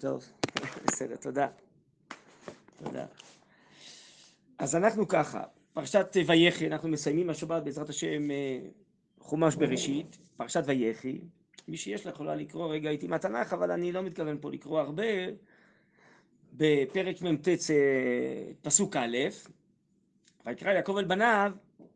טוב, בסדר, תודה. תודה. אז אנחנו ככה, פרשת ויחי, אנחנו מסיימים השבת בעזרת השם חומש בראשית, פרשת ויחי. מי שיש לה יכולה לקרוא רגע איתי מהתנ"ך, אבל אני לא מתכוון פה לקרוא הרבה. בפרק מ"ט פסוק א', ויקרא יעקב אל בניו,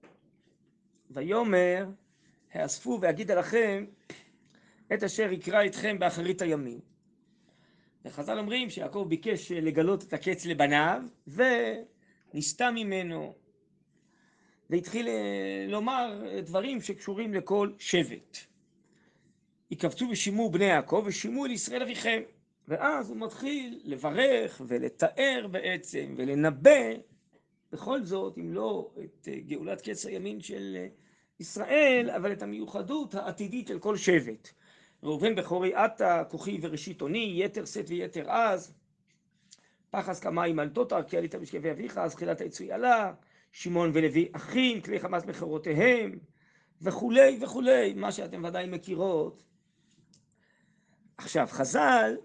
ויאמר, האספו ואגיד עליכם את אשר יקרא אתכם באחרית הימים. וחז"ל אומרים שיעקב ביקש לגלות את הקץ לבניו, ונסתה ממנו, והתחיל לומר דברים שקשורים לכל שבט. יקבצו ושימעו בני יעקב ושימעו אל ישראל אביכם. ואז הוא מתחיל לברך ולתאר בעצם ולנבא בכל זאת, אם לא את גאולת קץ הימין של ישראל, אבל את המיוחדות העתידית של כל שבט. ראובן בכורי עתה, כוכי וראשית עוני, יתר שאת ויתר עז, פחז כמים על תותר, כי עלית בשכבי אביך, אז תחילת היצוי עלה, שמעון ולוי אחים, כלי חמאס מכרותיהם, וכולי וכולי, מה שאתם ודאי מכירות. עכשיו, חז"ל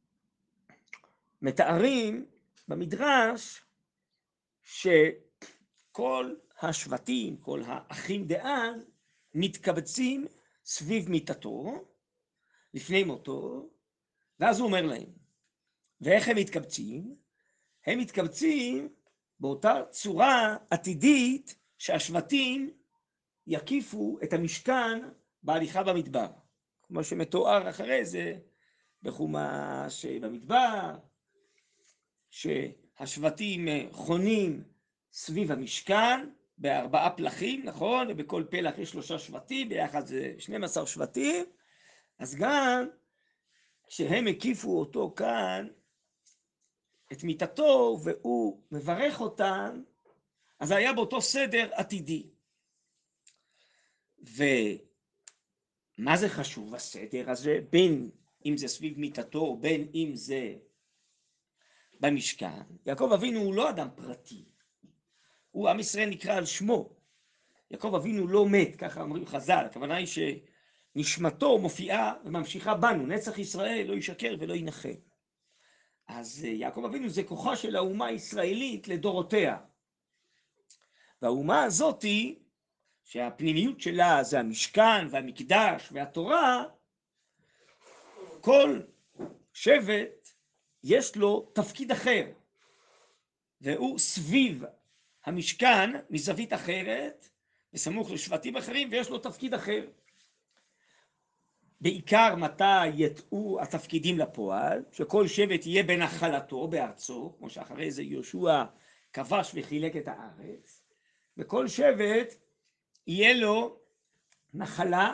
מתארים במדרש שכל השבטים, כל האחים דאז, מתקבצים סביב מיטתו, לפני מותו, ואז הוא אומר להם, ואיך הם מתקבצים? הם מתקבצים באותה צורה עתידית שהשבטים יקיפו את המשכן בהליכה במדבר. כמו שמתואר אחרי זה בחומש במדבר, שהשבטים חונים סביב המשכן בארבעה פלחים, נכון? ובכל פלח יש 3 שבטים, ביחד זה 12 שבטים. אז גם כשהם הקיפו אותו כאן, את מיטתו, והוא מברך אותם, אז היה באותו סדר עתידי. ומה זה חשוב הסדר הזה? בין אם זה סביב מיטתו, בין אם זה במשכן. יעקב אבינו הוא לא אדם פרטי, הוא עם ישראל נקרא על שמו. יעקב אבינו לא מת, ככה אומרים חז"ל, הכוונה היא שנשמתו מופיעה וממשיכה בנו, נצח ישראל לא ישקר ולא ינחם. אז יעקב אבינו זה כוחה של האומה הישראלית לדורותיה. והאומה הזאת היא, שהפנימיות שלה זה המשכן והמקדש והתורה, כל שבט יש לו תפקיד אחר, והוא סביב המשכן מזווית אחרת, בסמוך לשבטים אחרים, ויש לו תפקיד אחר. בעיקר מתי יצאו התפקידים לפועל, שכל שבט יהיה בנחלתו בארצו, כמו שאחרי זה יהושע כבש וחילק את הארץ, וכל שבט יהיה לו נחלה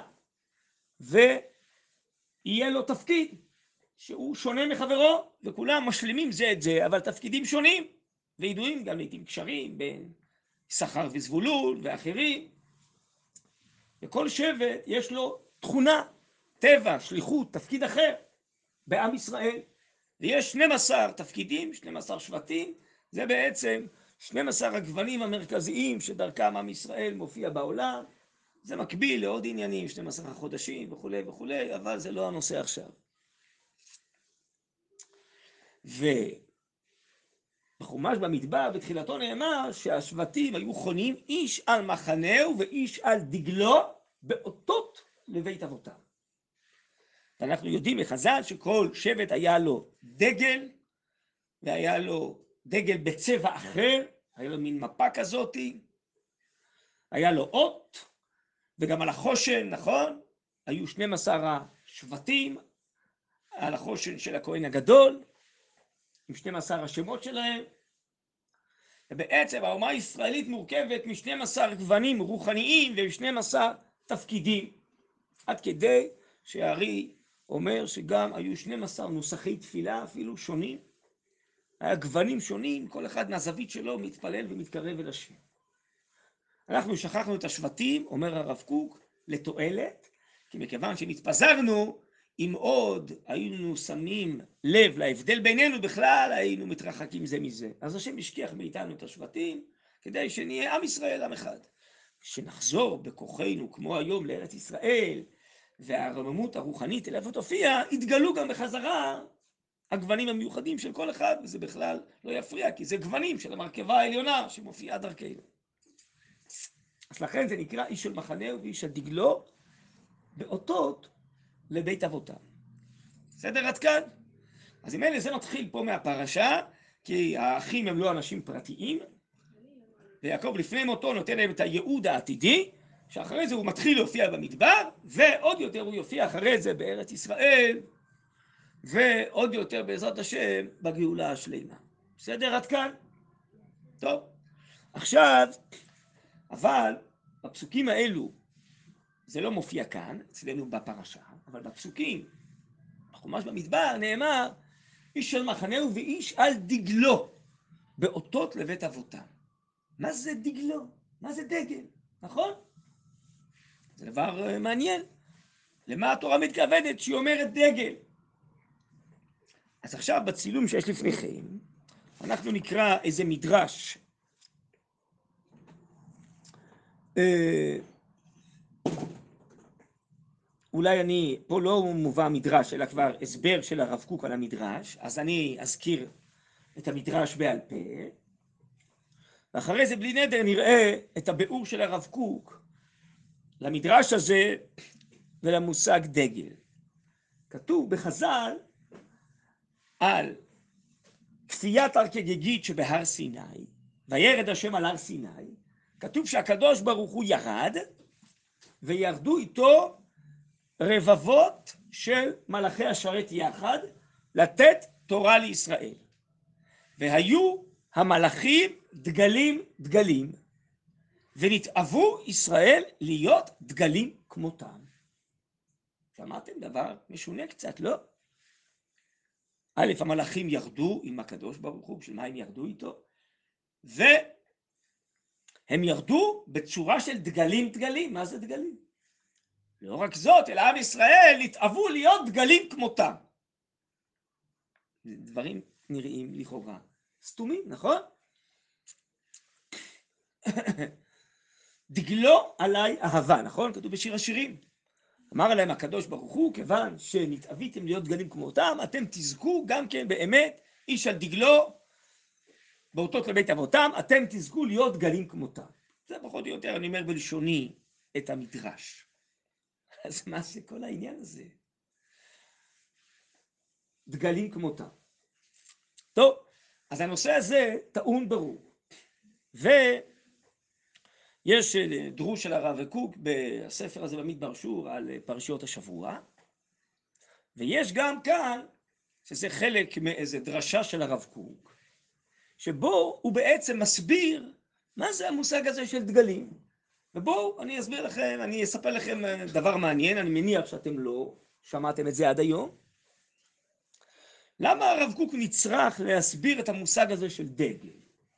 ויהיה לו תפקיד שהוא שונה מחברו, וכולם משלימים זה את זה, אבל תפקידים שונים וידועים, גם לעתים קשרים בין יששכר וזבולון ואחרים. וכל שבט יש לו תכונה, טבע, שליחות, תפקיד אחר בעם ישראל. ויש 12 תפקידים, 12 שבטים, זה בעצם 12 הגוונים המרכזיים שדרכם עם ישראל מופיע בעולם. זה מקביל לעוד עניינים, 12 החודשים וכולי וכולי, אבל זה לא הנושא עכשיו. ובחומש במדבר בתחילתו נאמר שהשבטים היו חונים איש על מחנהו ואיש על דגלו באותות לבית אבותם. ואנחנו יודעים מחז"ל שכל שבט היה לו דגל, והיה לו דגל בצבע אחר, היה לו מין מפה כזאת, היה לו אות, וגם על החושן, נכון? היו 12 השבטים על החושן של הכהן הגדול, עם 12 השמות שלהם. ובעצם האומה הישראלית מורכבת מ12 גוונים רוחניים ו12 תפקידים, עד כדי שהארי אומר שגם היו 12 נוסחי תפילה אפילו שונים, היה גוונים שונים, כל אחד מהזווית שלו מתפלל ומתקרב אל השם. אנחנו שכחנו את השבטים, אומר הרב קוק, לתועלת, כי מכיוון שנתפזרנו, אם עוד היינו שמים לב להבדל בינינו בכלל, היינו מתרחקים זה מזה. אז השם השכיח מאיתנו את השבטים, כדי שנהיה עם ישראל עם אחד. כשנחזור בכוחנו כמו היום לארץ ישראל, והרוממות הרוחנית אל איפה תופיע, יתגלו גם בחזרה הגוונים המיוחדים של כל אחד, וזה בכלל לא יפריע, כי זה גוונים של המרכבה העליונה שמופיעה דרכנו. אז לכן זה נקרא איש של מחנהו ואיש של דגלו, באותות לבית אבותם. בסדר עד כאן? אז אם אלה זה מתחיל פה מהפרשה, כי האחים הם לא אנשים פרטיים, ויעקב לפני מותו נותן להם את הייעוד העתידי, שאחרי זה הוא מתחיל להופיע במדבר, ועוד יותר הוא יופיע אחרי זה בארץ ישראל, ועוד יותר בעזרת השם בגאולה השלמה. בסדר עד כאן? טוב. עכשיו, אבל בפסוקים האלו, זה לא מופיע כאן, אצלנו בפרשה, אבל בפסוקים, בחומש במדבר, נאמר, איש של מחנהו ואיש על דגלו, באותות לבית אבותם. מה זה דגלו? מה זה דגל? נכון? זה דבר מעניין. למה התורה מתכוונת שהיא אומרת דגל? אז עכשיו בצילום שיש לפניכם, אנחנו נקרא איזה מדרש. אולי אני, פה לא מובא מדרש, אלא כבר הסבר של הרב קוק על המדרש, אז אני אזכיר את המדרש בעל פה, ואחרי זה בלי נדר נראה את הביאור של הרב קוק למדרש הזה ולמושג דגל. כתוב בחז"ל על כפיית הר כגיגית שבהר סיני, וירד השם על הר סיני, כתוב שהקדוש ברוך הוא ירד, וירדו איתו רבבות של מלאכי השרת יחד, לתת תורה לישראל. והיו המלאכים דגלים דגלים, ונתאבו ישראל להיות דגלים כמותם. שמעתם דבר משונה קצת, לא? א', המלאכים ירדו עם הקדוש ברוך הוא, בשביל מה הם ירדו איתו? והם ירדו בצורה של דגלים דגלים. מה זה דגלים? לא רק זאת, אלא עם ישראל התאבו להיות דגלים כמותם. דברים נראים לכאורה סתומים, נכון? דגלו עליי אהבה, נכון? כתוב בשיר השירים. אמר להם הקדוש ברוך הוא, כיוון שנתאביתם להיות דגלים כמותם, אתם תזכו גם כן באמת, איש על דגלו, באותות לבית אבותם, אתם תזכו להיות דגלים כמותם. זה פחות או יותר, אני אומר בלשוני, את המדרש. אז מה זה כל העניין הזה? דגלים כמותם. טוב, אז הנושא הזה טעון ברור. ויש דרוש של הרב קוק בספר הזה במדבר שור על פרשיות השבוע, ויש גם כאן, שזה חלק מאיזה דרשה של הרב קוק, שבו הוא בעצם מסביר מה זה המושג הזה של דגלים. ובואו אני אסביר לכם, אני אספר לכם דבר מעניין, אני מניח שאתם לא שמעתם את זה עד היום. למה הרב קוק נצטרך להסביר את המושג הזה של דגל?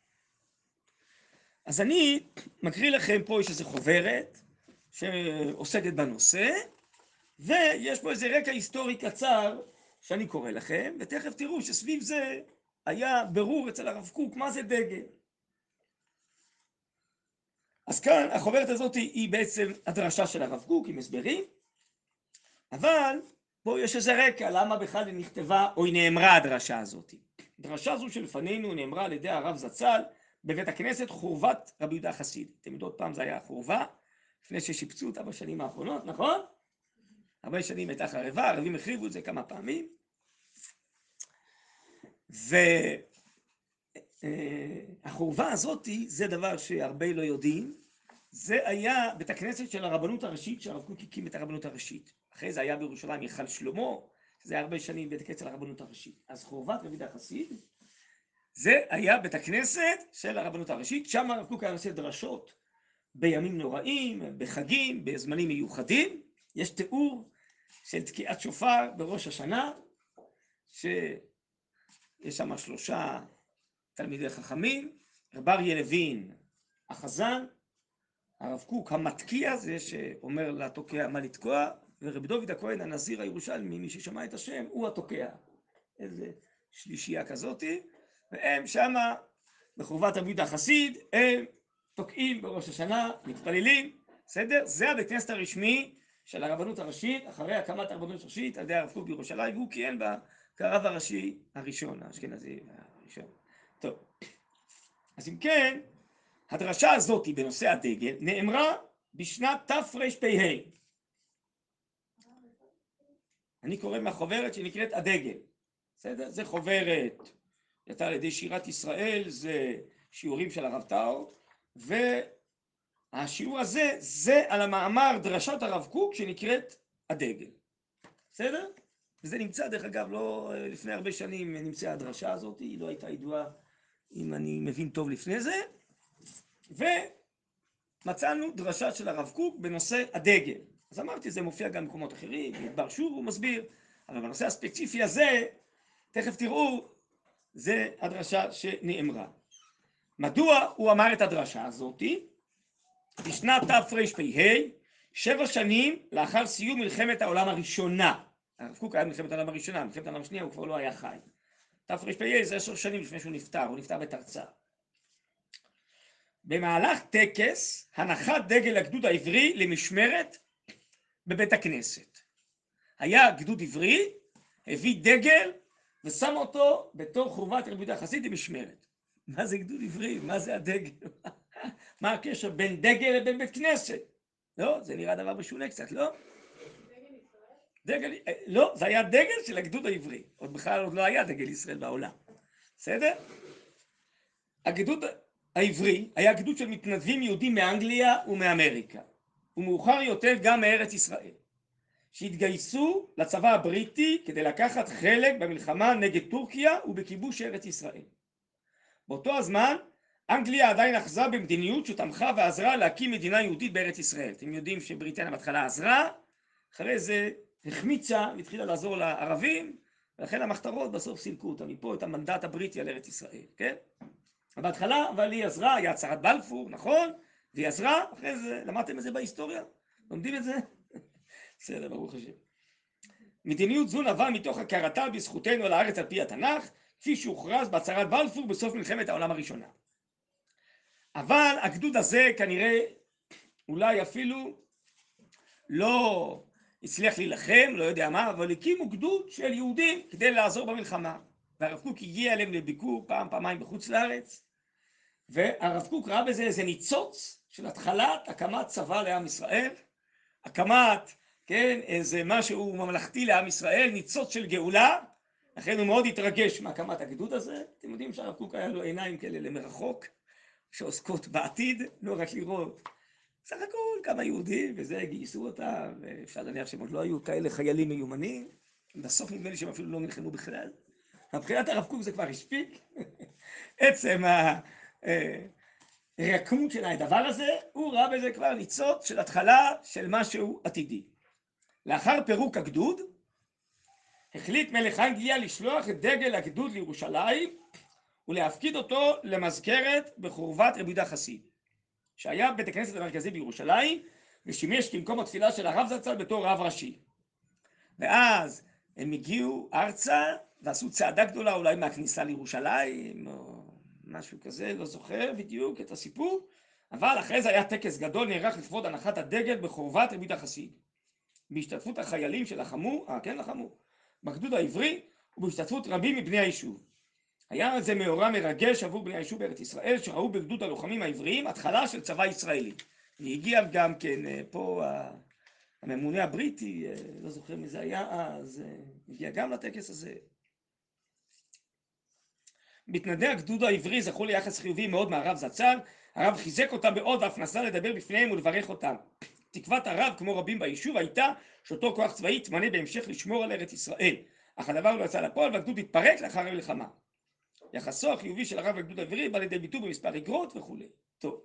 אז אני מקריא לכם פה, יש איזו חוברת שעוסקת בנושא, ויש פה איזה רקע היסטורי קצר שאני קורא לכם, ותכף תראו שסביב זה היה ברור אצל הרב קוק מה זה דגל. אז כאן החוברת הזאת היא בעצם הדרשה של הרב קוק עם הסברים, אבל פה יש איזה רקע למה בכלל היא נכתבה או היא נאמרה הדרשה הזאת. הדרשה הזו שלפנינו נאמרה על ידי הרב זצ"ל בבית הכנסת חורבת רבי יהודה החסיד. אתם יודעות, פעם זה היה חורבה, לפני ששיפצו אותה בשנים האחרונות, נכון? הרבה שנים הייתה חרבה, הרבים החריבו את זה כמה פעמים. והחורבה הזאת, זה דבר שהרבה לא יודעים, זה היה בית הכנסת של הרבנות הראשית, שהרב קוק הקים את הרבנות הראשית. אחרי זה היה בירושלים היכל שלמה, זה היה הרבה שנים בית הכנסת של הרבנות הראשית. אז חורבת רבי יהודה החסיד, זה היה בית הכנסת של הרבנות הראשית, שם הרב קוק היה עושה דרשות בימים נוראים, בחגים, בזמנים מיוחדים. יש תיאור של תקיעת שופר בראש השנה, שיש שם 3 תלמידי חכמים, רב אריה לוין החזן, הרב קוק המתקיע, זה שאומר לתוקע מה לתקוע, ורב דוד הכהן הנזיר הירושלמי, מי ששמע את השם, הוא התוקע. איזה שלישייה כזאת, והם שמה בחורבת רבי יהודה החסיד, הם תוקעים בראש השנה, מתפללים, בסדר? זה הבית כנסת הרשמי של הרבנות הראשית, אחרי הקמת הרבנות הראשית על ידי הרב קוק בירושלים, והוא כיהן כרב הראשי הראשון, האשכנזי הראשון. טוב, אז אם כן, הדרשה הזאת בנושא הדגל נאמרה בשנת תרפ"ה. אני קורא מהחוברת שנקראת הדגל. בסדר? זה חוברת, יצא על ידי שירת ישראל, זה שיעורים של הרב טאו, והשיעור הזה זה על המאמר דרשת הרב קוק שנקראת הדגל. בסדר? וזה נמצא, דרך אגב, לא לפני הרבה שנים נמצאה הדרשה הזאת, היא לא הייתה ידועה, אם אני מבין טוב לפני זה, ומצאנו דרשה של הרב קוק בנושא הדגל. אז אמרתי, זה מופיע גם במקומות אחרים, במדבר שוב הוא מסביר, אבל בנושא הספציפי הזה, תכף תראו, זה הדרשה שנאמרה. מדוע הוא אמר את הדרשה הזאת? בשנת תרפ"ה, 7 שנים לאחר סיום מלחמת העולם הראשונה. הרב קוק היה מלחמת העולם הראשונה, מלחמת העולם השנייה הוא כבר לא היה חי. תרפ"ה זה 10 שנים לפני שהוא נפטר, הוא נפטר בתרצ"א. במהלך טקס הנחת דגל הגדוד העברי למשמרת בבית הכנסת. היה גדוד עברי, הביא דגל ושם אותו בתור חורבת רבי יהודה החסיד למשמרת. מה זה גדוד עברי? מה זה הדגל? מה הקשר בין דגל לבין בית כנסת? לא, זה נראה דבר משונה קצת, לא? דגל, לא, זה היה דגל של הגדוד העברי. עוד לא היה דגל ישראל בעולם. בסדר? הגדוד העברי היה גדוד של מתנדבים יהודים מאנגליה ומאמריקה, ומאוחר יותר גם מארץ ישראל, שהתגייסו לצבא הבריטי כדי לקחת חלק במלחמה נגד טורקיה ובכיבוש ארץ ישראל. באותו הזמן, אנגליה עדיין אחזה במדיניות שתמכה ועזרה להקים מדינה יהודית בארץ ישראל. אתם יודעים שבריטניה בהתחלה עזרה, אחרי זה החמיצה והתחילה לעזור לערבים, ולכן המחתרות בסוף סילקו אותה מפה, את המנדט הבריטי על ארץ ישראל, כן? בהתחלה, אבל היא עזרה, היה הצהרת בלפור, נכון? והיא עזרה, אחרי זה, למדתם את זה בהיסטוריה? לומדים את זה? בסדר, ברוך השם. מדיניות זו נבעה מתוך הכרתה בזכותנו על הארץ על פי התנ"ך, כפי שהוכרז בהצהרת בלפור בסוף מלחמת העולם הראשונה. אבל הגדוד הזה כנראה אולי אפילו לא הצליח להילחם, לא יודע מה, אבל הקימו גדוד של יהודים כדי לעזור במלחמה. והרב קוק הגיע אליהם לביקור פעמיים בחוץ לארץ, והרב קוק ראה בזה איזה ניצוץ של התחלת הקמת צבא לעם ישראל, הקמת, כן, איזה משהו ממלכתי לעם ישראל, ניצוץ של גאולה, לכן הוא מאוד התרגש מהקמת הגדוד הזה. אתם יודעים שהרב קוק היה לו עיניים כאלה למרחוק, שעוסקות בעתיד, לא רק לראות. סך הכל כמה יהודים, וזה גייסו אותם, ואפשר להניח שהם עוד לא היו כאלה חיילים מיומנים, בסוף נדמה לי שהם אפילו לא נלחמו בכלל. מבחינת הרב קוק זה כבר הספיק, עצם הרקמות של הדבר הזה, הוא ראה בזה כבר ניצוץ של התחלה של משהו עתידי. לאחר פירוק הגדוד, החליט מלך אנגליה לשלוח את דגל הגדוד לירושלים, ולהפקיד אותו למזכרת בחורבת רבי יהודה החסיד, שהיה בית הכנסת המרכזי בירושלים, ושימש כמקום התפילה של הרב זצ"ל בתור רב ראשי. ואז הם הגיעו ארצה ועשו צעדה גדולה, אולי מהכניסה לירושלים או משהו כזה, לא זוכר בדיוק את הסיפור, אבל אחרי זה היה טקס גדול נערך לכבוד הנחת הדגל בחורבת רבי יהודה החסיד, בהשתתפות החיילים שלחמו, לחמו בגדוד העברי, ובהשתתפות רבים מבני היישוב. היה זה מאורע מרגש עבור בני היישוב בארץ ישראל, שראו בגדוד הלוחמים העבריים התחלה של צבא ישראלי. והגיע גם כן פה הממונה הבריטי, לא זוכר מי זה היה אז, הגיע גם לטקס הזה. מתנדבי הגדוד העברי זכו ליחס חיובי מאוד מהרב זצ"ל. הרב חיזק אותם מאוד ואף נסע לדבר בפניהם ולברך אותם. תקוות הרב, כמו רבים ביישוב, הייתה שאותו כוח צבאי יתמנה בהמשך לשמור על ארץ ישראל, אך הדבר לא יצא לפועל והגדוד התפרק לאחר המלחמה. יחסו החיובי של הרב לגדוד העברי בא לידי ביטוי במספר אגרות וכו'. טוב,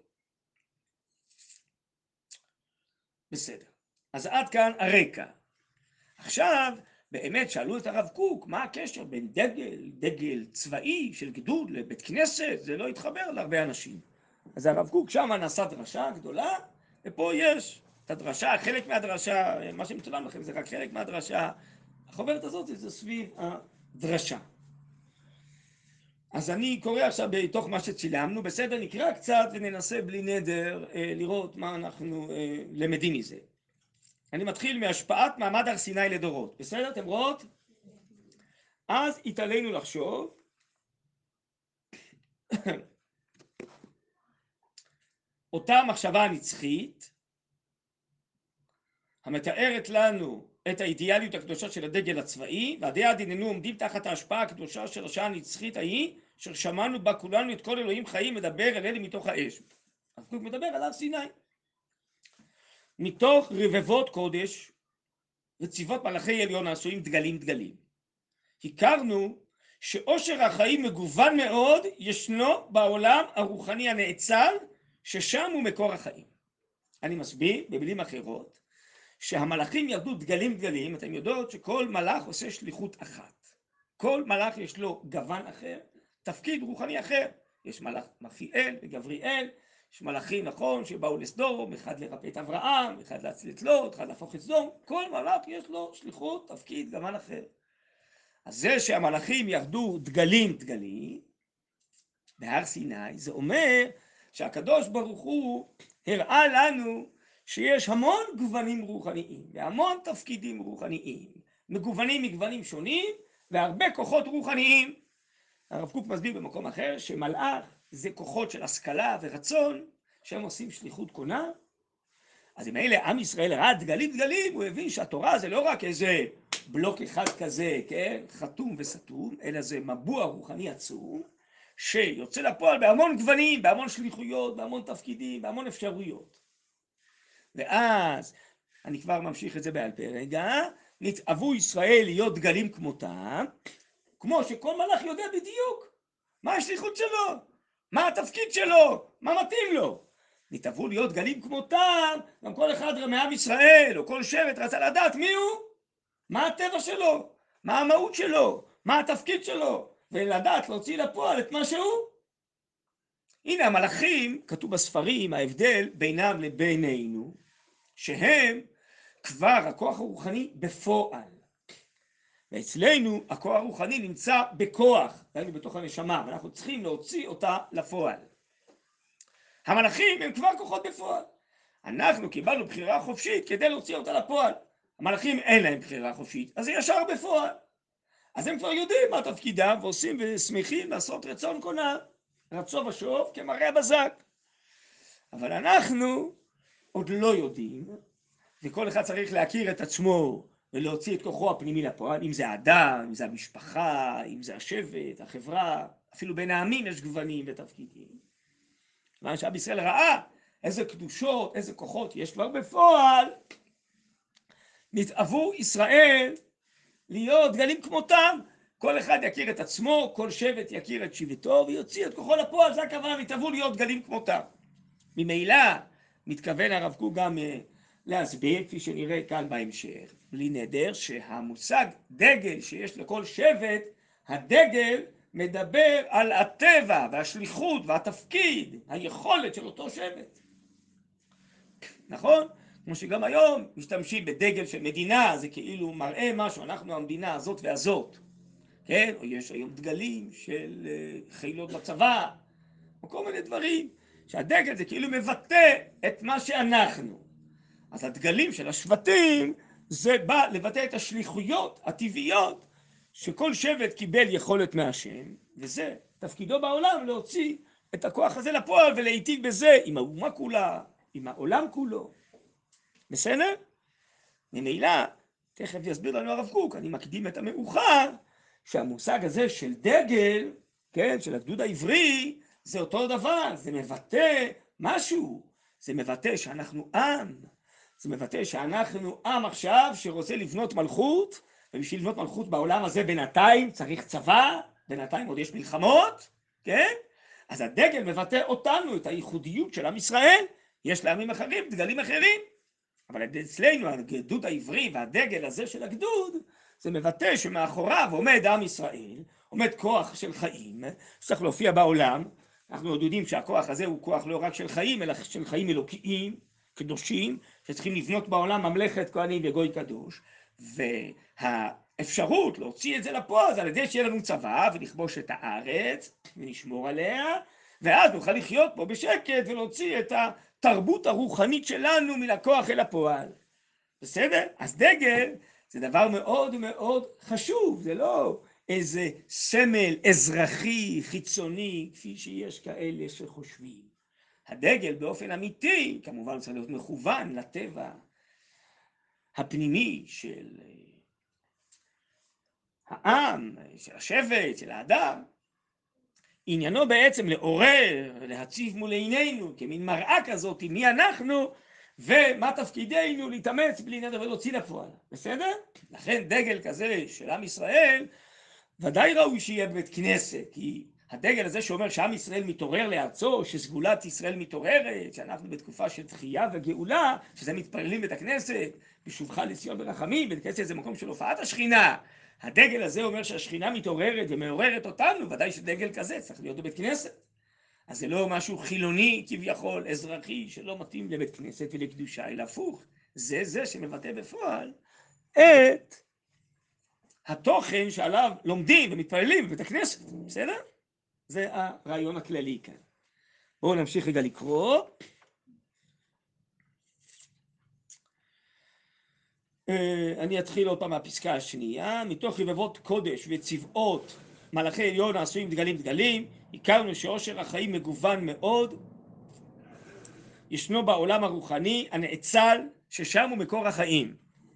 בסדר, אז עד כאן הרקע. עכשיו באמת שאלו את הרב קוק מה הקשר בין דגל צבאי של גדוד לבית כנסת, זה לא התחבר להרבה אנשים. אז הרב קוק שם נעשה דרשה גדולה, ופה יש את הדרשה, חלק מהדרשה, מה שמצולם לכם זה רק חלק מהדרשה, החוברת הזאת זה סביב הדרשה. אז אני קורא עכשיו בתוך מה שצילמנו, בסדר, נקרא קצת וננסה בלי נדר לראות מה אנחנו למדים מזה. אני מתחיל מהשפעת מעמד הר סיני לדורות, בסדר? אתם רואות? אז התעלינו לחשוב אותה מחשבה הנצחית המתארת לנו את האידיאליות הקדושה של הדגל הצבאי, ועדי הדיננו עומדים תחת ההשפעה הקדושה של השעה הנצחית ההיא, אשר שמענו בה כולנו את כל אלוהים חיים מדבר אל אלה מתוך האש. הרב קוק מדבר על הר סיני. מתוך רבבות קודש וצבאות מלאכי עליון העשויים דגלים דגלים. הכרנו שעושר החיים מגוון מאוד ישנו בעולם הרוחני הנאצל, ששם הוא מקור החיים. אני מסביר במילים אחרות שהמלאכים ירדו דגלים דגלים. אתם יודעות שכל מלאך עושה שליחות אחת. כל מלאך יש לו גוון אחר, תפקיד רוחני אחר. יש מלאך מחיאל וגבריאל, יש מלאכים, נכון, שבאו לסדום, אחד לרפא את אברהם, אחד להציל את לוט, אחד להפוך את סדום. כל מלאך יש לו שליחות, תפקיד, גוון אחר. אז זה שהמלאכים ירדו דגלים דגלים בהר סיני, זה אומר שהקדוש ברוך הוא הראה לנו שיש המון גוונים רוחניים והמון תפקידים רוחניים, מגוונים מגוונים שונים והרבה כוחות רוחניים. הרב קוק מסביר במקום אחר שמלאך זה כוחות של השכלה ורצון שהם עושים שליחות קונה. אז אם אלה עם ישראל ראה דגלים דגלים, הוא הבין שהתורה זה לא רק איזה בלוק אחד כזה, כן, חתום וסתום, אלא זה מבוע רוחני עצום שיוצא לפועל בהמון גוונים, בהמון שליחויות, בהמון תפקידים, בהמון אפשרויות. ואז אני כבר ממשיך את זה בעל פה רגע, נתאוו ישראל להיות דגלים כמותם, כמו שכל מלאך יודע בדיוק מה השליחות שלו, מה התפקיד שלו, מה מתאים לו. נתאוו להיות דגלים כמותם, גם כל אחד מעם ישראל או כל שבט רצה לדעת מי הוא, מה הטבע שלו, מה המהות שלו, מה התפקיד שלו, ולדעת להוציא לפועל את מה שהוא. הנה המלאכים, כתוב בספרים, ההבדל בינם לבינינו, שהם כבר הכוח הרוחני בפועל. ואצלנו הכוח הרוחני נמצא בכוח, דהיינו בתוך הנשמה, ואנחנו צריכים להוציא אותה לפועל. המלאכים הם כבר כוחות בפועל. אנחנו קיבלנו בחירה חופשית כדי להוציא אותה לפועל. המלאכים אין להם בחירה חופשית, אז זה ישר בפועל. אז הם כבר יודעים מה תפקידם ועושים ושמחים לעשות רצון קונה, רצו ושוב כמראה בזק. אבל אנחנו עוד לא יודעים, וכל אחד צריך להכיר את עצמו ולהוציא את כוחו הפנימי לפועל, אם זה האדם, אם זה המשפחה, אם זה השבט, החברה, אפילו בין העמים יש גוונים ותפקידים. כיוון שעם ישראל ראה איזה קדושות, איזה כוחות יש כבר בפועל, נתאוו ישראל להיות דגלים כמותם. כל אחד יכיר את עצמו, כל שבט יכיר את שבטו ויוציא את כוחו לפועל. זה הכוונה, נתאוו להיות דגלים כמותם. ממילא מתכוון הרב קוק גם להסביר, כפי שנראה כאן בהמשך, בלי נדר, שהמושג דגל שיש לכל שבט, הדגל מדבר על הטבע והשליחות והתפקיד, היכולת של אותו שבט. נכון? כמו שגם היום משתמשים בדגל של מדינה, זה כאילו מראה משהו, אנחנו המדינה הזאת והזאת. כן? או יש היום דגלים של חילות בצבא, או כל מיני דברים, שהדגל זה כאילו מבטא את מה שאנחנו. אז הדגלים של השבטים זה בא לבטא את השליחויות הטבעיות שכל שבט קיבל יכולת מהשם, וזה תפקידו בעולם להוציא את הכוח הזה לפועל ולהיטיב בזה עם האומה כולה, עם העולם כולו. בסדר? ממילא, תכף יסביר לנו הרב קוק, אני מקדים את המאוחר, שהמושג הזה של דגל, כן, של הגדוד העברי, זה אותו דבר, זה מבטא משהו, זה מבטא שאנחנו עם, זה מבטא שאנחנו עם עכשיו שרוצה לבנות מלכות, ובשביל לבנות מלכות בעולם הזה בינתיים צריך צבא, בינתיים עוד יש מלחמות, כן? אז הדגל מבטא אותנו, את הייחודיות של עם ישראל, יש לעמים אחרים, דגלים אחרים, אבל אצלנו הגדוד העברי והדגל הזה של הגדוד, זה מבטא שמאחוריו עומד עם ישראל, עומד כוח של חיים, שצריך להופיע בעולם. אנחנו עוד יודעים שהכוח הזה הוא כוח לא רק של חיים, אלא של חיים אלוקיים, קדושים, שצריכים לבנות בעולם ממלכת כהנים וגוי קדוש, והאפשרות להוציא את זה לפועל זה על ידי שיהיה לנו צבא ולכבוש את הארץ ונשמור עליה, ואז נוכל לחיות פה בשקט ולהוציא את התרבות הרוחנית שלנו מן הכוח אל הפועל. בסדר? אז דגל זה דבר מאוד מאוד חשוב, זה לא איזה סמל אזרחי חיצוני, כפי שיש כאלה שחושבים. הדגל באופן אמיתי, כמובן צריך להיות מכוון לטבע הפנימי של העם, של השבט, של האדם. עניינו בעצם לעורר, להציב מול עינינו כמין מראה כזאת, מי אנחנו ומה תפקידנו להתאמץ בלי נדר ולהוציא לפועל. בסדר? לכן דגל כזה של עם ישראל ודאי ראוי שיהיה בבית כנסת, כי הדגל הזה שאומר שעם ישראל מתעורר לארצו, שסגולת ישראל מתעוררת, שאנחנו בתקופה של תחייה וגאולה, שזה מתפללים בית הכנסת, בשובך לציון ברחמים, בית כנסת זה מקום של הופעת השכינה. הדגל הזה אומר שהשכינה מתעוררת ומעוררת אותנו, ודאי שדגל כזה צריך להיות בבית כנסת. אז זה לא משהו חילוני כביכול, אזרחי, שלא מתאים לבית כנסת ולקדושה, אלא הפוך. זה שמבטא בפועל את התוכן שעליו לומדים ומתפללים בבית הכנסת, בסדר? זה הרעיון הכללי כאן. בואו נמשיך רגע לקרוא. אני אתחיל עוד פעם מהפסקה השנייה. מתוך רבבות קודש וצבאות מלאכי עליון העשויים דגלים דגלים, הכרנו שעושר החיים מגוון מאוד. ישנו בעולם הרוחני הנאצל, ששם הוא מקור החיים.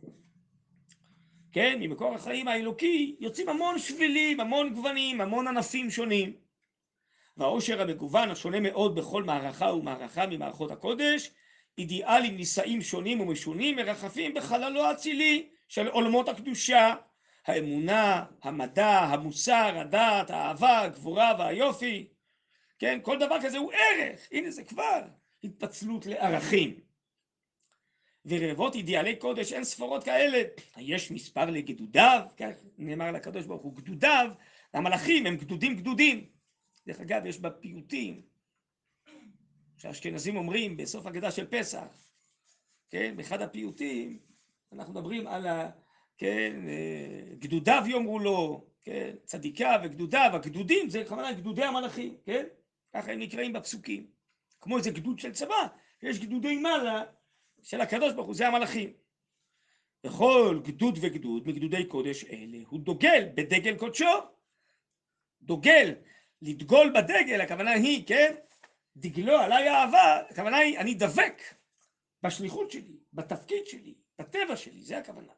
כן, ממקור החיים האלוקי יוצאים המון שבילים, המון גוונים, המון ענפים שונים. והעושר המגוון השונה מאוד בכל מערכה ומערכה ממערכות הקודש, אידיאלים נישאים שונים ומשונים מרחפים בחללו האצילי של עולמות הקדושה, האמונה, המדע, המוסר, הדעת, האהבה, הגבורה והיופי. כן, כל דבר כזה הוא ערך. הנה זה כבר התפצלות לערכים. ורבבות אידיאלי קודש אין ספורות כאלה. יש מספר לגדודיו, כך נאמר לקדוש ברוך הוא, גדודיו, המלאכים הם גדודים גדודים. דרך אגב, יש בפיוטים שהאשכנזים אומרים בסוף הגדה של פסח, כן, באחד הפיוטים אנחנו מדברים על כן, גדודיו יאמרו לו, כן, צדיקיו וגדודיו, הגדודים זה כמובן גדודי המלאכים, כן, ככה הם נקראים בפסוקים, כמו איזה גדוד של צבא, יש גדודי מעלה של הקדוש ברוך הוא, זה המלאכים. בכל גדוד וגדוד מגדודי קודש אלה הוא דוגל בדגל קודשו. דוגל, לדגול בדגל, הכוונה היא, כן, דגלו עליי אהבה, הכוונה היא אני דבק בשליחות שלי, בתפקיד שלי, בטבע שלי, זה הכוונה.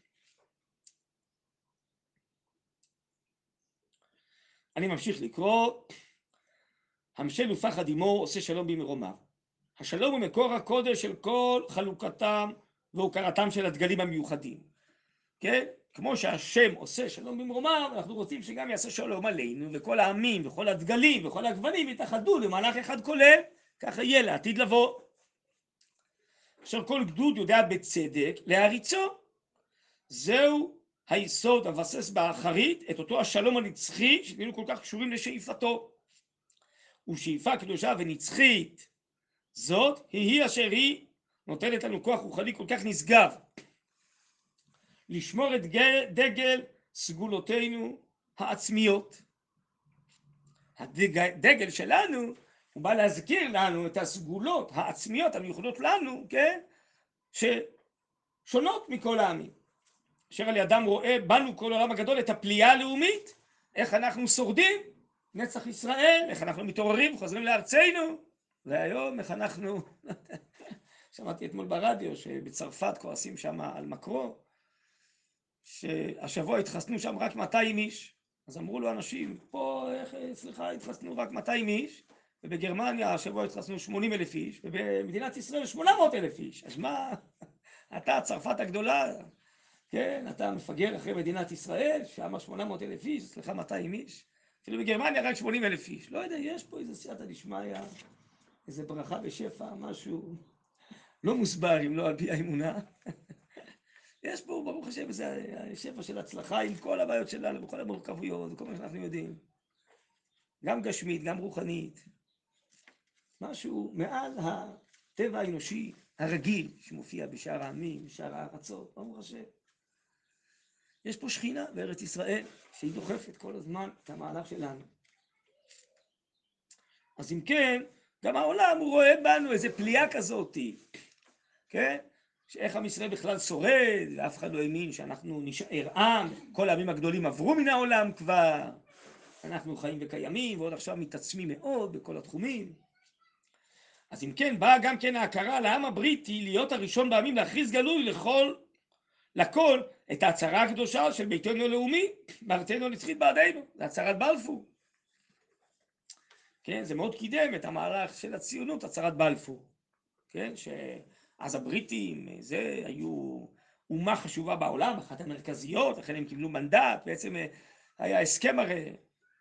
אני ממשיך לקרוא. המשל ופחד עמו עושה שלום במרומיו. השלום הוא מקור הקודש של כל חלוקתם והוקרתם של הדגלים המיוחדים. כן? כמו שהשם עושה שלום במרומיו, אנחנו רוצים שגם יעשה שלום עלינו, וכל העמים וכל הדגלים וכל הגוונים יתאחדו למהלך אחד כולל, ככה יהיה לעתיד לבוא. אשר כל גדוד יודע בצדק להריצו. זהו היסוד המבסס באחרית את אותו השלום הנצחי שתהיינו כל כך קשורים לשאיפתו. ושאיפה קדושה ונצחית זאת היא אשר היא נותנת לנו כוח רוחני כל כך נשגב לשמור את דגל סגולותינו העצמיות. הדגל שלנו הוא בא להזכיר לנו את הסגולות העצמיות המיוחדות לנו, כן, ששונות מכל העמים, אשר על ידם רואה בנו כל העולם הגדול את הפליאה הלאומית, איך אנחנו שורדים נצח ישראל, איך אנחנו מתעוררים וחוזרים לארצנו, והיום איך אנחנו שמעתי אתמול ברדיו שבצרפת כועסים שם על מקרו, שהשבוע התחסנו שם רק 200 איש. אז אמרו לו אנשים, פה איך סליחה התחסנו רק 200 איש, ובגרמניה השבוע התחסנו 80,000 איש, ובמדינת ישראל 800,000 איש. אז מה, אתה צרפת הגדולה, כן, אתה מפגר אחרי מדינת ישראל, שם 800,000 איש, סליחה 200 איש, אפילו בגרמניה רק 80,000 איש. לא יודע, יש פה איזה סייעתא דשמיא, איזה ברכה ושפע, משהו לא מוסבר אם לא על פי האמונה. יש פה ברוך השם איזה שפע של הצלחה עם כל הבעיות שלנו, בכל המורכבויות, וכל מה שאנחנו יודעים. גם גשמית, גם רוחנית. משהו מעל הטבע האנושי הרגיל שמופיע בשאר העמים, בשאר הארצות, ברוך השם. יש פה שכינה בארץ ישראל שהיא דוחפת כל הזמן את המהלך שלנו. אז אם כן, גם העולם הוא רואה בנו איזה פליאה כזאת, כן? שאיך עם ישראל בכלל שורד, ואף אחד לא האמין שאנחנו נשאר עם, כל העמים הגדולים עברו מן העולם כבר, אנחנו חיים וקיימים, ועוד עכשיו מתעצמים מאוד בכל התחומים. אז אם כן, באה גם כן ההכרה לעם הבריטי להיות הראשון בעמים להכריז גלוי לכל את ההצהרה הקדושה של ביתנו הלאומי, בארצנו הנצחית בעדנו, זה הצהרת בלפור. כן, זה מאוד קידם את המהלך של הציונות, הצהרת בלפור. כן, שאז הבריטים, זה היו אומה חשובה בעולם, אחת המרכזיות, לכן הם קיבלו מנדט, בעצם היה הסכם הרי,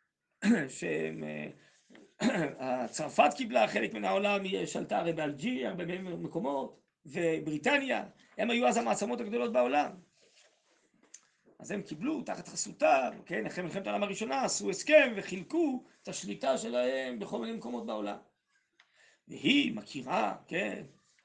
צרפת קיבלה חלק מן העולם, היא שלטה הרי באלג'יר, הרבה מקומות, ובריטניה, הם היו אז המעצמות הגדולות בעולם. אז הם קיבלו תחת חסותם, כן, אחרי מלחמת העולם הראשונה עשו הסכם וחילקו את השליטה שלהם בכל מיני מקומות בעולם. והיא מכירה, כן,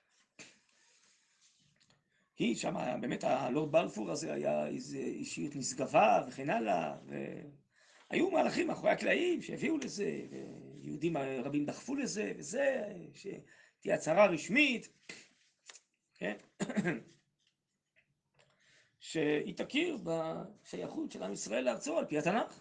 היא שם, באמת הלורד בלפור הזה היה איזו אישיות נשגבה וכן הלאה, והיו מהלכים מאחורי הקלעים שהביאו לזה, ויהודים רבים דחפו לזה, וזה, שתהיה הצהרה רשמית, כן, שהיא תכיר בשייכות של עם ישראל לארצו על פי התנ"ך.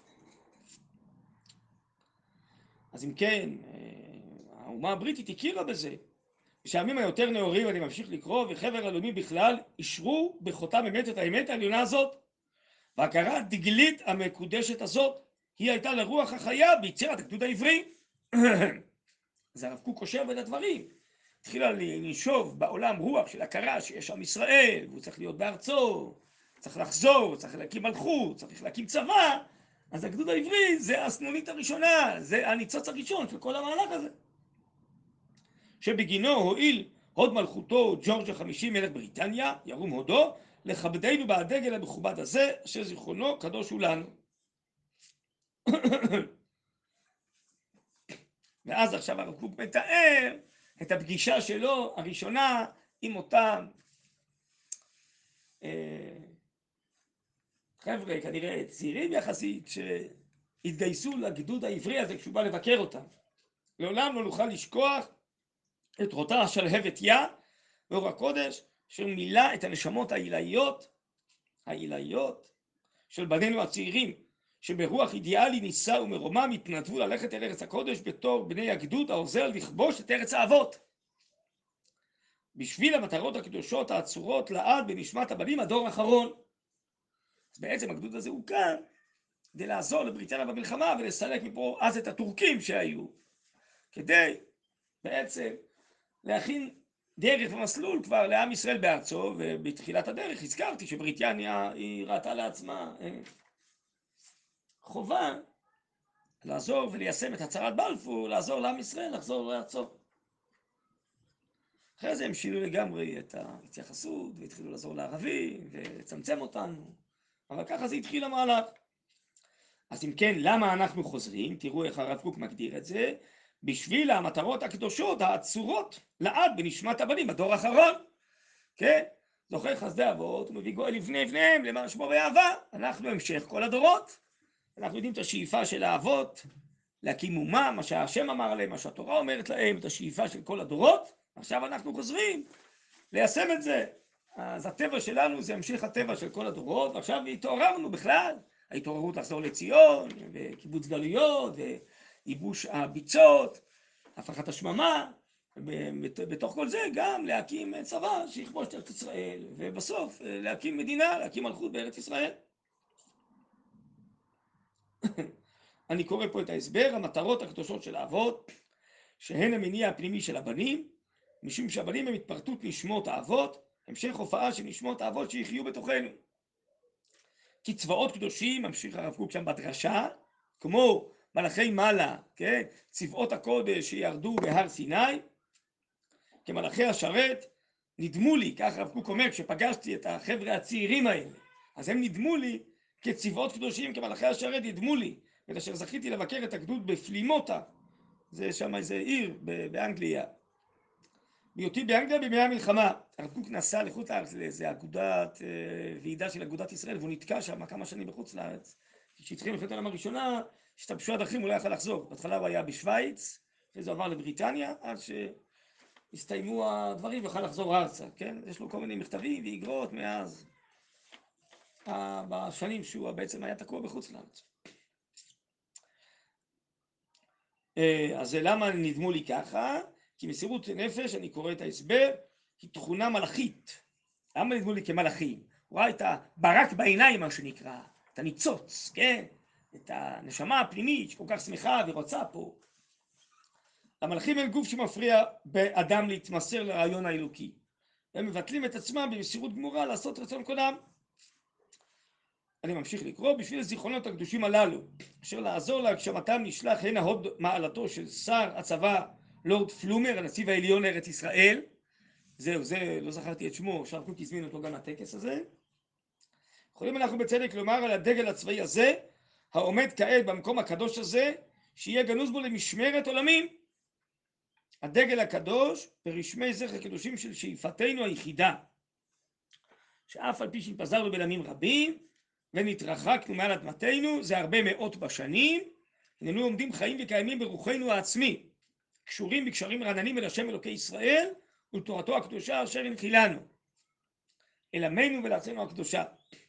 אז אם כן, האומה הבריטית הכירה בזה, ושהעמים היותר נאורים, אני ממשיך לקרוא, וחבר הלאומי בכלל, אישרו בחותם אמת את האמת העליונה הזאת. וההכרה הדגלית המקודשת הזאת, היא הייתה לרוח החיה ביצירת הגדוד העברי. אז הרב קוק קושר בין הדברים. התחילה לנשוב בעולם רוח של הכרה שיש עם ישראל, והוא צריך להיות בארצו, צריך לחזור, צריך להקים מלכות, צריך להקים צבא. אז הגדוד העברי זה הסנונית הראשונה, זה הניצוץ הראשון של כל המהלך הזה. שבגינו הועיל הוד מלכותו ג'ורג' החמישי מלך בריטניה, ירום הודו, לכבדנו בדגל המכובד הזה, אשר זיכרונו קדוש הוא לנו. ואז עכשיו הרב קוק מתאר את הפגישה שלו הראשונה עם אותם חבר'ה כנראה צעירים יחסית שהתגייסו לגדוד העברי הזה כשהוא בא לבקר אותם. לעולם לא נוכל לשכוח את אותה השלהבת יה ואור הקודש אשר מילא את הנשמות העילאיות של בנינו הצעירים, שברוח אידיאלי ניסה ומרומם התנדבו ללכת אל ארץ הקודש בתור בני הגדוד העוזר לכבוש את ארץ האבות. בשביל המטרות הקדושות העצורות לעד בנשמת הבנים הדור האחרון. אז בעצם הגדוד הזה הוקם כדי לעזור לבריטניה במלחמה ולסלק מפה אז את הטורקים שהיו, כדי בעצם להכין דרך ומסלול כבר לעם ישראל בארצו. ובתחילת הדרך הזכרתי שבריטניה היא ראתה לעצמה חובה לעזור וליישם את הצהרת בלפור, לעזור לעם ישראל לחזור לארצו. אחרי זה הם שילו לגמרי את ההתייחסות והתחילו לעזור לערבים ולצמצם אותנו, אבל ככה זה התחיל המהלך. אז אם כן, למה אנחנו חוזרים? תראו איך הרב קוק מגדיר את זה. בשביל המטרות הקדושות העצורות לעד בנשמת הבנים הדור האחרון. כן? זוכר חסדי אבות ומביא גואל לבני בניהם למען שמו ואהבה. אנחנו המשך כל הדורות. אנחנו יודעים את השאיפה של האבות להקים אומה, מה שהשם אמר להם, מה שהתורה אומרת להם, את השאיפה של כל הדורות. עכשיו אנחנו חוזרים ליישם את זה. אז הטבע שלנו זה המשך הטבע של כל הדורות, ועכשיו התעוררנו בכלל. ההתעוררות לחזור לציון, וקיבוץ גלויות, וייבוש הביצות, הפכת השממה, בתוך כל זה גם להקים צבא שיכבוש את ארץ ישראל, ובסוף להקים מדינה, להקים מלכות בארץ ישראל. אני קורא פה את ההסבר, המטרות הקדושות של האבות, שהן המניע הפנימי של הבנים, משום שהבנים הם התפרטות נשמות האבות, המשך הופעה של נשמות האבות שיחיו בתוכנו. כי צבאות קדושים, ממשיך הרב קוק שם בדרשה, כמו מלאכי מעלה, כן? צבאות הקודש שירדו בהר סיני, כמלאכי השרת, נדמו לי, כך הרב קוק אומר, כשפגשתי את החבר'ה הצעירים האלה, אז הם נדמו לי כצבאות קדושים, כמלאכי השרת נדמו לי, וכאשר זכיתי לבקר את הגדוד בפלימוטה, זה שם איזה עיר באנגליה, בהיותי באנגליה בימי המלחמה, הרב קוק נסע לחוץ לארץ לאיזה אגודת, ועידה של אגודת ישראל, והוא נתקע שם כמה שנים בחוץ לארץ. כשהתחיל מלחמת העולם הראשונה, השתבשו הדרכים, הוא לא יכל לחזור. בהתחלה הוא היה בשוויץ, אחרי זה עבר לבריטניה, עד הסתיימו הדברים ויוכל לחזור ארצה, כן? יש לו כל מיני מכתבים ואיגרות מאז בשנים שהוא בעצם היה תקוע בחוץ לארץ. אז למה נדמו לי ככה? כי מסירות נפש, אני קורא את ההסבר, היא תכונה מלאכית. למה נדמו לי כמלאכים? הוא ראה את הברק בעיניים, מה שנקרא, את הניצוץ, כן? את הנשמה הפנימית שכל כך שמחה ורוצה פה. המלאכים הם גוף שמפריע באדם להתמסר לרעיון האלוקי. הם מבטלים את עצמם במסירות גמורה לעשות רצון קונם. אני ממשיך לקרוא, בשביל הזיכרונות הקדושים הללו, אשר לעזור להגשמתם נשלח הנה הוד מעלתו של שר הצבא לורד פלומר, הנציב העליון לארץ ישראל. זהו, זה לא זכרתי את שמו, שהרב קוק הזמין אותו גם לטקס הזה. יכולים אנחנו בצדק לומר על הדגל הצבאי הזה, העומד כעת במקום הקדוש הזה, שיהיה גנוז בו למשמרת עולמים. הדגל הקדוש ברשמי זכר קדושים של שאיפתנו היחידה, שאף על פי שהתפזרנו בעלמים רבים ונתרחקנו מעל אדמתנו, זה הרבה מאות בשנים, הננו עומדים חיים וקיימים ברוחנו העצמי, קשורים בקשרים רעננים אל השם אלוקי ישראל ולתורתו הקדושה אשר הנחילנו, אל עמנו ולארצנו הקדושה,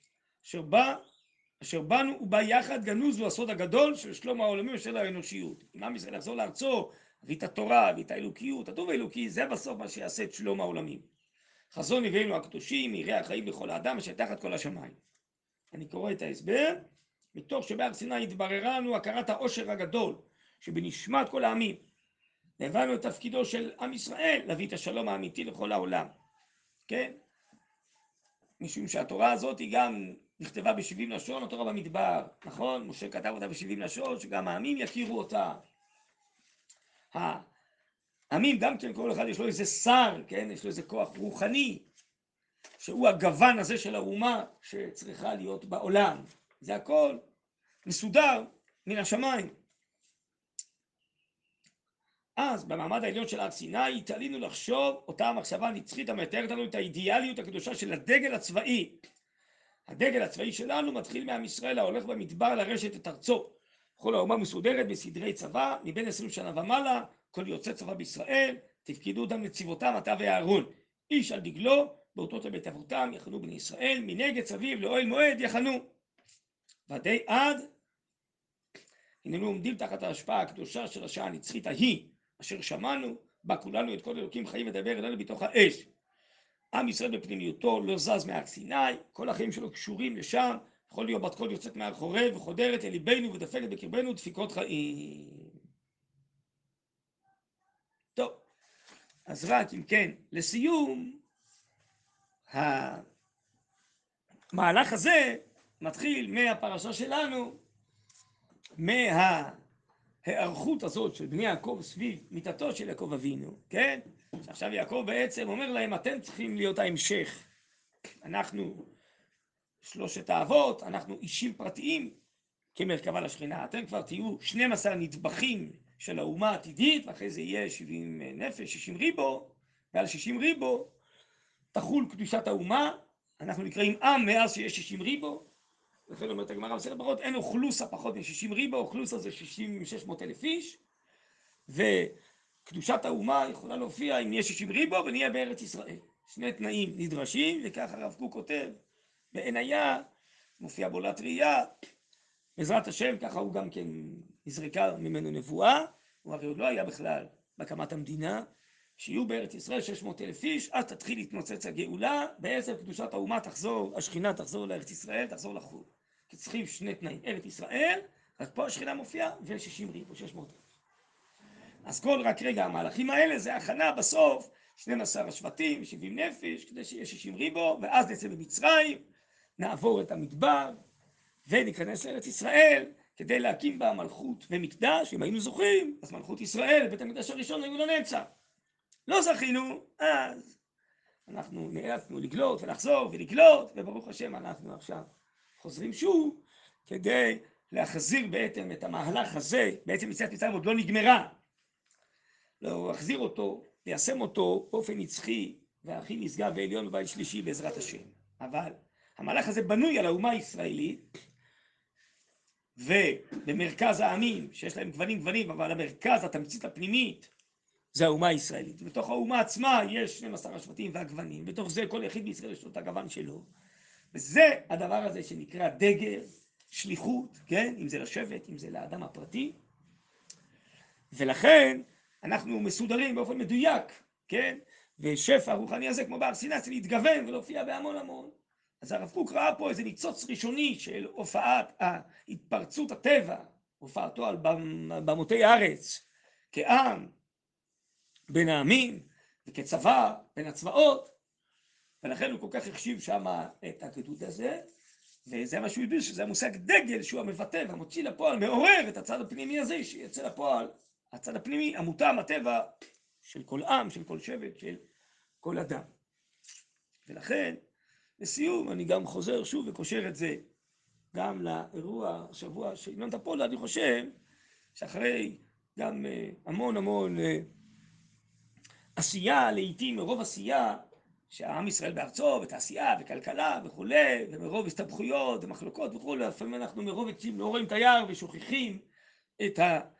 אשר באנו ובא יחד גנוז הוא הסוד הגדול של שלום העולמים ושל האנושיות. אם עם ישראל לחזור לארצו, ואת התורה ואת האלוקיות, הטוב האלוקי, זה בסוף מה שיעשה את שלום העולמים. חזון נביאנו הקדושים, יראי החיים לכל האדם אשר תחת כל השמיים. אני קורא את ההסבר, מתוך שבהר סיני התבררה לנו הכרת העושר הגדול שבנשמת כל העמים, והבנו את תפקידו של עם ישראל להביא את השלום האמיתי לכל העולם, כן? משום שהתורה הזאת היא גם נכתבה ב70 לשון, התורה במדבר, נכון? משה כתב אותה ב70 לשון, שגם העמים יכירו אותה. העמים גם כן, כל אחד יש לו איזה שר, כן? יש לו איזה כוח רוחני, שהוא הגוון הזה של האומה שצריכה להיות בעולם. זה הכל מסודר מן השמיים. אז במעמד העליון של הר סיני התעלינו לחשוב אותה המחשבה הנצחית המתארת לנו את האידיאליות הקדושה של הדגל הצבאי. הדגל הצבאי שלנו מתחיל מעם ישראל ההולך במדבר לרשת את ארצו. כל האומה מסודרת בסדרי צבא, מבין 20 שנה ומעלה, כל יוצא צבא בישראל, תפקידו אותם נציבותם אתה ואהרון. איש על דגלו, באותות לבית אבותם יחנו בני ישראל, מנגד סביב לאוהל מועד יחנו. ועדי עד, הננו עומדים תחת ההשפעה הקדושה של השעה הנצחית ההיא, אשר שמענו, בה כולנו את כל אלוקים חיים ודבר אלינו בתוך האש. עם ישראל בפנימיותו לא זז מהר סיני, כל החיים שלו קשורים לשם, יכול להיות בת קול יוצאת מהר חורב וחודרת אל ליבנו ודפקת בקרבנו דפיקות חיים. טוב, אז רק אם כן, לסיום, המהלך הזה מתחיל מהפרשה שלנו, מההיערכות הזאת של בני יעקב סביב מיתתו של יעקב אבינו, כן? עכשיו יעקב בעצם אומר להם, אתם צריכים להיות ההמשך. אנחנו שלושת האבות, אנחנו אישים פרטיים כמרכבה לשכינה. אתם כבר תהיו 12 נדבכים של האומה העתידית, ואחרי זה יהיה 70 נפש, 60 ריבו, ועל 60 ריבו תחול קדושת האומה. אנחנו נקראים עם מאז שיש 60 ריבו. לכן אומרת הגמרא בסדר ברות, אין אוכלוסה פחות מ-60 ריבו, אוכלוסה זה 600,000 איש, וקדושת האומה יכולה להופיע אם נהיה 60 ריבו ונהיה בארץ ישראל. שני תנאים נדרשים, וכך הרב קוק כותב בעין היה, מופיע בולת ראייה, בעזרת השם, ככה הוא גם כן נזרקה ממנו נבואה, הוא הרי עוד לא היה בכלל בהקמת המדינה, שיהיו בארץ ישראל 600,000 איש, אז תתחיל להתנוצץ הגאולה, בעצם קדושת האומה תחזור, השכינה תחזור לארץ ישראל, תחזור לחול. כי צריכים שני תנאים, ארץ ישראל, רק פה השכינה מופיעה, ו-60 ריבו, 600,000. אז כל רק רגע המהלכים האלה זה הכנה בסוף, 12 השבטים, 70 נפש, כדי שיהיה 60 ריבו, ואז נצא במצרים, נעבור את המדבר, וניכנס לארץ ישראל, כדי להקים בה מלכות ומקדש. אם היינו זוכרים, אז מלכות ישראל, בית המקדש הראשון היו לנצח. לא זכינו, אז אנחנו נאלצנו לגלות ולחזור ולגלות, וברוך השם אנחנו עכשיו חוזרים שוב, כדי להחזיר בעצם את המהלך הזה, בעצם יציאת מצרים עוד לא נגמרה, להחזיר אותו, ליישם אותו באופן נצחי והכי נשגב ועליון ובית שלישי בעזרת השם. אבל המהלך הזה בנוי על האומה הישראלית, ובמרכז העמים שיש להם גוונים, אבל המרכז, התמצית הפנימית, זה האומה הישראלית. בתוך האומה עצמה יש 12 השבטים והגוונים, בתוך זה כל יחיד בישראל יש לו את הגוון שלו. וזה הדבר הזה שנקרא דגל, שליחות, כן? אם זה לשבט, אם זה לאדם הפרטי. ולכן אנחנו מסודרים באופן מדויק, כן? ושפע הרוחני הזה, כמו בהר סיני, צריך להתגוון ולהופיע בהמון המון. אז הרב קוק ראה פה איזה ניצוץ ראשוני של הופעת התפרצות הטבע, הופעתו על במותי הארץ, כעם בין העמים וכצבא בין הצבאות, ולכן הוא כל כך החשיב שם את הגדוד הזה, וזה מה שהוא יודע, שזה המושג דגל שהוא המבטא והמוציא לפועל, מעורר את הצד הפנימי הזה שיצא לפועל, הצד הפנימי המותאם הטבע של כל עם, של כל שבט, של כל אדם. ולכן לסיום אני גם חוזר שוב וקושר את זה גם לאירוע השבוע של ינון טפולה. אני חושב שאחרי גם המון עשייה, לעתים מרוב עשייה שהעם ישראל בארצו ותעשייה וכלכלה וכולי, ומרוב הסתבכויות ומחלוקות וכולי, לפעמים אנחנו מרוב עצים לא רואים את היער ושוכחים את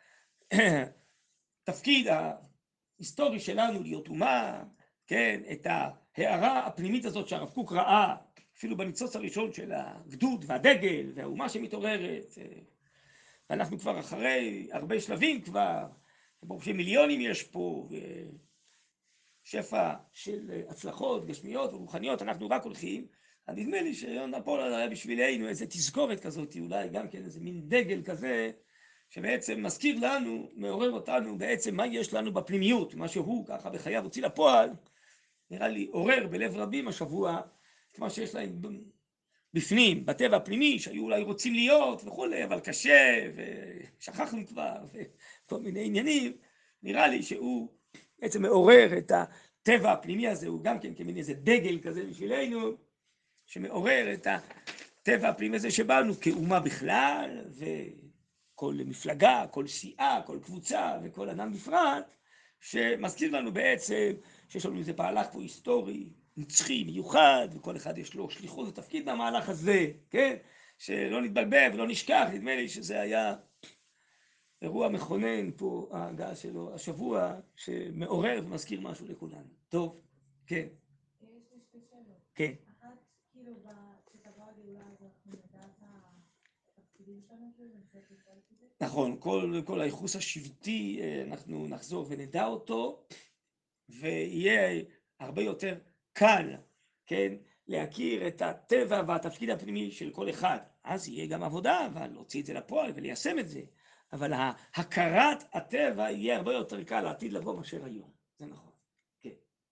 התפקיד ההיסטורי שלנו להיות אומה, כן, את ההערה הפנימית הזאת שהרב קוק ראה אפילו בניצוץ הראשון של הגדוד והדגל והאומה שמתעוררת. ואנחנו כבר אחרי הרבה שלבים כבר, ברוך שמיליונים יש פה, ושפע של הצלחות גשמיות ורוחניות, אנחנו רק הולכים. אז נדמה לי שיונתן פולארד היה בשבילנו איזה תזכורת כזאת, אולי גם כן איזה מין דגל כזה, שבעצם מזכיר לנו, מעורר אותנו בעצם מה יש לנו בפנימיות, מה שהוא ככה בחייו הוציא לפועל, נראה לי עורר בלב רבים השבוע את מה שיש להם בפנים, בטבע הפנימי, שהיו אולי רוצים להיות וכולי, אבל קשה ושכחנו כבר וכל מיני עניינים. נראה לי שהוא בעצם מעורר את הטבע הפנימי הזה, הוא גם כן כמין איזה דגל כזה בשבילנו, שמעורר את הטבע הפנימי הזה שבאנו כאומה בכלל, וכל מפלגה, כל סיעה, כל קבוצה וכל אדם בפרט, שמזכיר לנו בעצם שיש לנו איזה מהלך פה היסטורי, נצחי, מיוחד, וכל אחד יש לו שליחות ותפקיד במהלך הזה, כן? שלא נתבלבל ולא נשכח, נדמה לי שזה היה אירוע מכונן פה, ההגעה שלו השבוע, שמעורר ומזכיר משהו לכולנו. טוב, כן. יש לי שתי שאלות. כן. אחת, כאילו, כשתבוא הגאולה הזאת, נדע את התפקידים שלנו, כאילו, נצטרך לפעול כזה? נכון, כל הייחוס השבטי, אנחנו נחזור ונדע אותו, ויהיה הרבה יותר קל, כן, להכיר את הטבע והתפקיד הפנימי של כל אחד. אז יהיה גם עבודה, אבל להוציא את זה לפועל וליישם את זה. אבל הכרת הטבע יהיה הרבה יותר קל לעתיד לבוא מאשר היום. זה נכון. כן.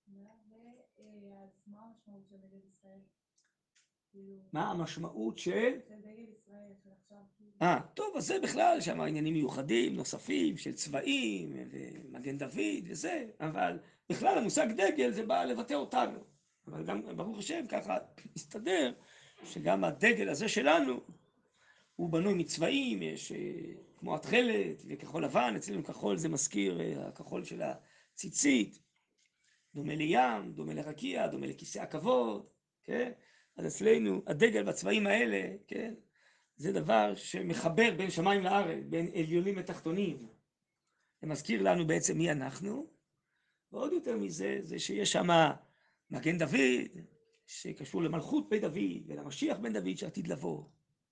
אז מה המשמעות של דגל ישראל? מה המשמעות של? של דגל ישראל, של עכשיו? טוב, אז זה בכלל שם עניינים מיוחדים, נוספים, של צבעים, ומגן דוד וזה, אבל בכלל המושג דגל זה בא לבטא אותנו. אבל גם ברוך השם ככה מסתדר שגם הדגל הזה שלנו הוא בנוי מצבעים, יש כמו התכלת וכחול לבן, אצלנו כחול זה מזכיר הכחול של הציצית, דומה לים, דומה לרקיע, דומה לכיסא הכבוד, כן? אז אצלנו הדגל בצבעים האלה, כן? זה דבר שמחבר בין שמיים לארץ, בין עליונים לתחתונים. זה מזכיר לנו בעצם מי אנחנו, ועוד יותר מזה, זה שיש שם מגן דוד, שקשור למלכות בית דוד, ולמשיח בן דוד שעתיד לבוא.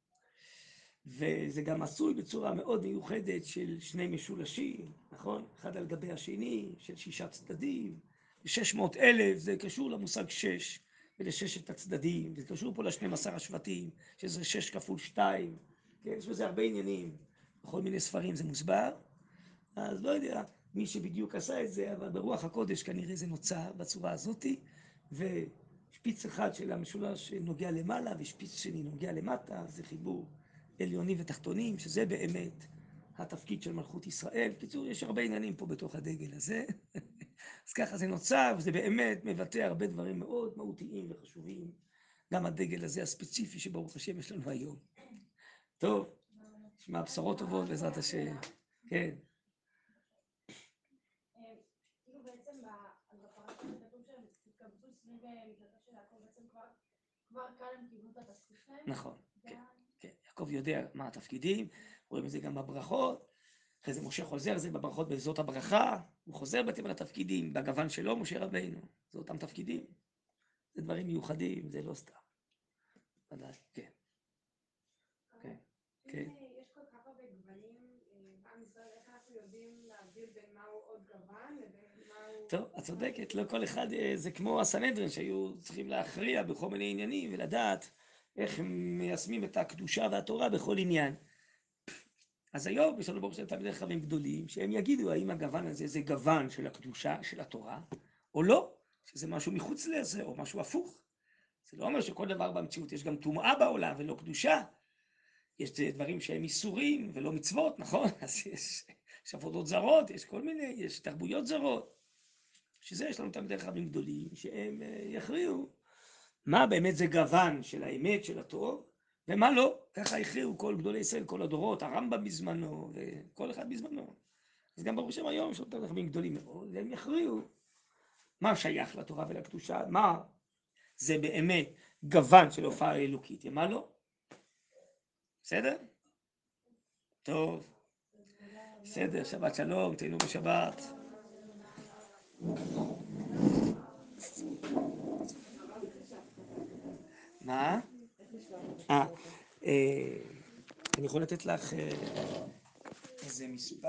וזה גם עשוי בצורה מאוד מיוחדת של שני משולשים, נכון? אחד על גבי השני, של 6 צדדים, 600,000, זה קשור למושג 6, ולששת הצדדים, זה קשור פה ל12 השבטים, שזה 6 כפול 2, כן? יש בזה הרבה עניינים, בכל מיני ספרים זה מוסבר, אז לא יודע מי שבדיוק עשה את זה, אבל ברוח הקודש כנראה זה נוצר בצורה הזאת, ושפיץ אחד של המשולש נוגע למעלה, ושפיץ שני נוגע למטה, זה חיבור עליונים ותחתונים, שזה באמת התפקיד של מלכות ישראל. בקיצור, יש הרבה עניינים פה בתוך הדגל הזה. אז ככה זה נוצר, וזה באמת מבטא הרבה דברים מאוד מהותיים וחשובים. גם הדגל הזה הספציפי שברוך השם יש לנו היום. טוב, נשמע בשורות טובות בעזרת השם. כן. כאילו בעצם בפרשה כתוב שהם התקבצו סביב מפלגה של יעקב, בעצם כבר כאן הם קיבלו את התפקיד שלהם? נכון, כן. יעקב יודע מה התפקידים, רואים את זה גם בברכות, אחרי זה משה חוזר, זה בברכות בזאת הברכה, הוא חוזר בעצם על התפקידים, בגוון שלו משה רבינו, זה אותם תפקידים. זה דברים מיוחדים, זה לא סתם. ודאי, כן. כן, כן. יש כל כך הרבה גוונים בעם ישראל, איך אנחנו יודעים להבדיל בין מהו עוד גוון לבין מהו... טוב, את צודקת, לא כל אחד, זה כמו הסנהדרין שהיו צריכים להכריע בכל מיני עניינים ולדעת איך הם מיישמים את הקדושה והתורה בכל עניין. אז היום יש לנו ברוך השם תלמידי חכמים גדולים שהם יגידו האם הגוון הזה זה גוון של הקדושה, של התורה, או לא, שזה משהו מחוץ לזה או משהו הפוך. זה לא אומר שכל דבר במציאות יש גם טומאה בעולם ולא קדושה. יש דברים שהם איסורים ולא מצוות, נכון? אז יש עבודות זרות, יש כל מיני, יש תרבויות זרות. שזה יש לנו תלמידי חכמים גדולים שהם יכריעו מה באמת זה גוון של האמת, של הטוב, ומה לא. ככה הכריעו כל גדולי ישראל, כל הדורות, הרמב"ם בזמנו, וכל אחד בזמנו. אז גם ברוך השם היום יש לנו תלמידי חכמים גדולים מאוד, והם יכריעו מה שייך לתורה ולקדושה, מה זה באמת גוון של הופעה אלוקית, ומה לא. בסדר? טוב. בסדר, שבת שלום, תהנו בשבת. מה? אה, אני יכול לתת לך איזה מספר.